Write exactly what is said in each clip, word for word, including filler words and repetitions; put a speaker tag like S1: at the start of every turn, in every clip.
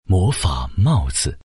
S1: 魔法帽子。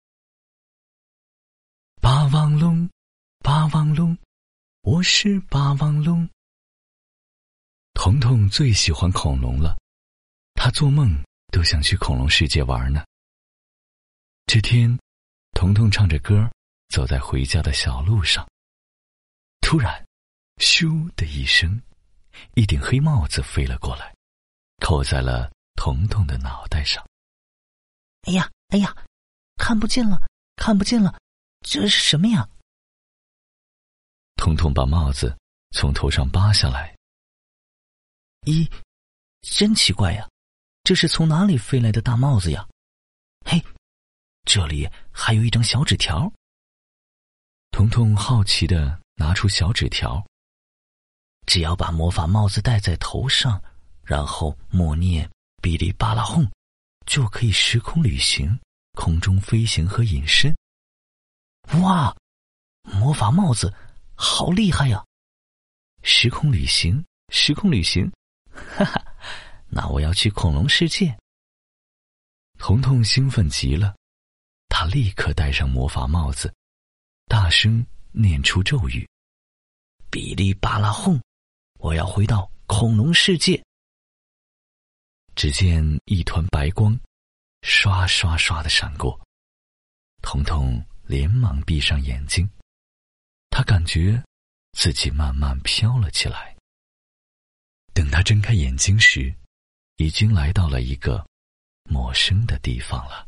S1: 霸王龙，霸王龙，我是霸王龙。彤彤最喜欢恐龙了，他做梦都想去恐龙世界玩呢。这天，彤彤唱着歌走在回家的小路上，突然咻的一声，一顶黑帽子飞了过来，扣在了彤彤的脑袋上。
S2: 哎呀哎呀，看不见了看不见了，这是什么呀？
S1: 彤彤把帽子从头上扒下来。
S2: 咦，真奇怪呀，这是从哪里飞来的大帽子呀？嘿，这里还有一张小纸条。
S1: 彤彤好奇地拿出小纸条，
S2: 只要把魔法帽子戴在头上，然后默念哔哩吧啦轰，就可以时空旅行、空中飞行和隐身。哇，魔法帽子好厉害呀！时空旅行，时空旅行，哈哈，那我要去恐龙世界。
S1: 彤彤兴奋极了，他立刻戴上魔法帽子，大声念出咒语：
S2: 哔哩吧啦轰，我要回到恐龙世界。
S1: 只见一团白光刷刷刷地闪过，彤彤连忙闭上眼睛，他感觉自己慢慢飘了起来。等他睁开眼睛时，已经来到了一个陌生的地方了。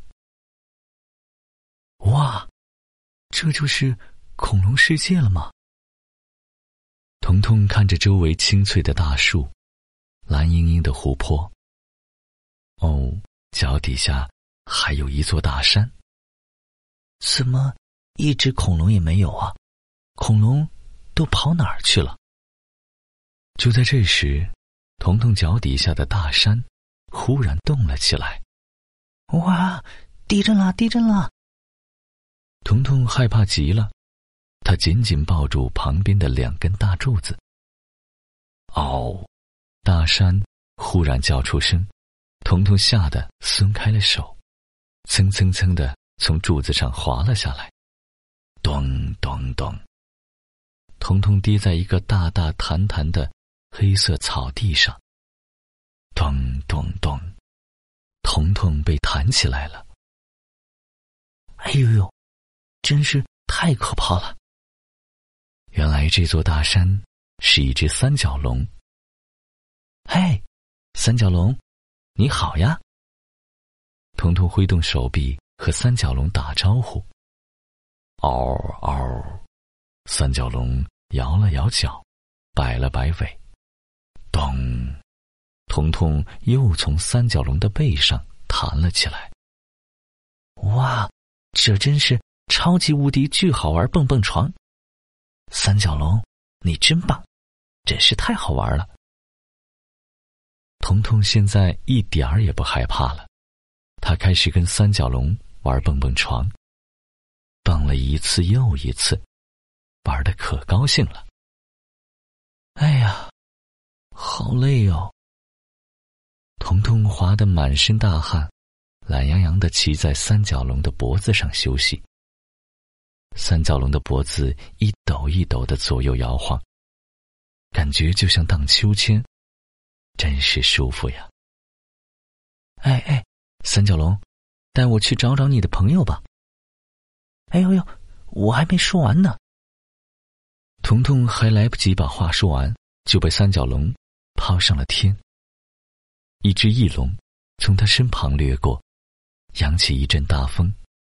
S2: 哇，这就是恐龙世界了吗？
S1: 彤彤看着周围青翠的大树，蓝莹莹的湖泊，哦，脚底下还有一座大山。
S2: 怎么一只恐龙也没有啊？恐龙都跑哪儿去了？
S1: 就在这时，彤彤脚底下的大山忽然动了起来。
S2: 哇，地震了地震了！
S1: 彤彤害怕极了，他紧紧抱住旁边的两根大柱子。嗷！大山忽然叫出声，彤彤吓得松开了手，蹭蹭蹭地从柱子上滑了下来。咚咚咚！彤彤跌在一个大大弹弹的黑色草地上。咚咚咚！彤彤被弹起来了。
S2: 哎呦呦，真是太可怕了！
S1: 原来这座大山是一只三角龙。
S2: 嘿，三角龙，你好呀！
S1: 彤彤挥动手臂和三角龙打招呼。嗷嗷！三角龙摇了摇脚，摆了摆尾。咚！彤彤又从三角龙的背上弹了起来。
S2: 哇，这真是超级无敌巨好玩蹦蹦床！三角龙，你真棒，真是太好玩了。
S1: 彤彤现在一点儿也不害怕了，他开始跟三角龙玩蹦蹦床，蹦了一次又一次，玩得可高兴了。
S2: 哎呀，好累哦！
S1: 彤彤滑得满身大汗，懒洋洋地骑在三角龙的脖子上休息。三角龙的脖子一抖一抖地左右摇晃，感觉就像荡秋千，真是舒服呀。
S2: 哎哎，三角龙，带我去找找你的朋友吧。哎呦呦，我还没说完呢。
S1: 彤彤还来不及把话说完，就被三角龙抛上了天。一只翼龙从他身旁掠过，扬起一阵大风。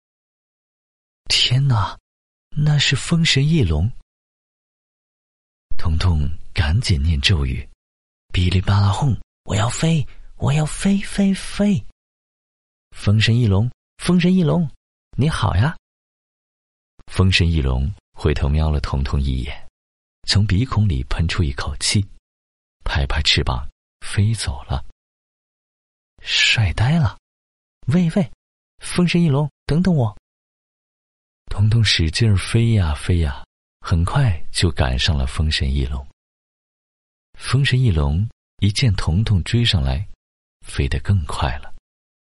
S2: 天哪，那是风神翼龙！
S1: 彤彤赶紧念咒语：
S2: 哔哩吧啦轰，我要飞，我要飞飞飞！风神翼龙，风神翼龙，你好呀！
S1: 风神翼龙回头瞄了彤彤一眼，从鼻孔里喷出一口气，拍拍翅膀飞走了。
S2: 帅呆了！喂喂，风神翼龙，等等我！
S1: 彤彤使劲儿飞呀飞呀，很快就赶上了风神翼龙。风神翼龙一见彤彤追上来，飞得更快了。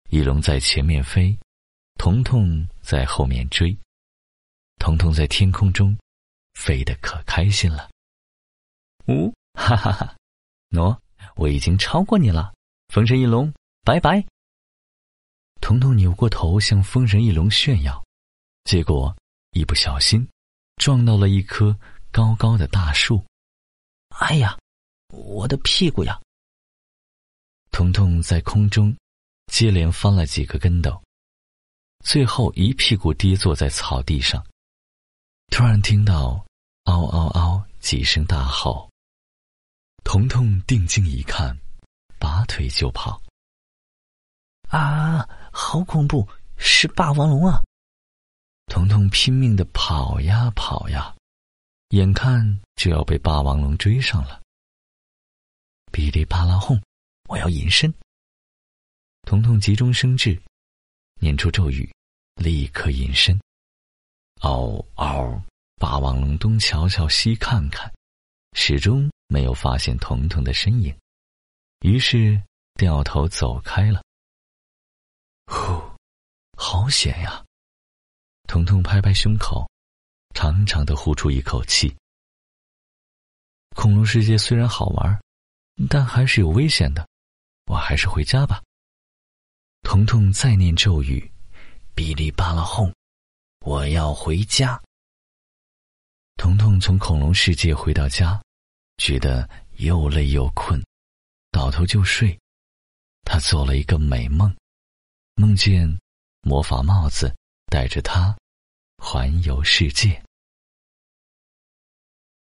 S1: 翼龙在前面飞，彤彤在后面追。彤彤在天空中飞得可开心了。呜，哈哈哈！喏，我已经超过你了，风神翼龙，拜拜！彤彤扭过头向风神翼龙炫耀，结果一不小心撞到了一棵高高的大树。
S2: 哎呀，我的屁股呀！
S1: 彤彤在空中接连翻了几个跟斗，最后一屁股跌坐在草地上。突然听到嗷嗷嗷几声大吼，彤彤定睛一看，拔腿就跑。
S2: 啊，好恐怖，是霸王龙啊！
S1: 彤彤拼命地跑呀跑呀，眼看就要被霸王龙追上了。噼里啪啦轰，我要隐身！彤彤急中生智，念出咒语，立刻隐身。嗷嗷！霸王龙东瞧瞧西看看，始终没有发现彤彤的身影，于是掉头走开了。呼，好险呀！彤彤拍拍胸口，长长的呼出一口气。恐龙世界虽然好玩，但还是有危险的，我还是回家吧。彤彤再念咒语，哔哩吧啦轰，我要回家。彤彤从恐龙世界回到家，觉得又累又困，倒头就睡。他做了一个美梦，梦见魔法帽子带着他环游世界。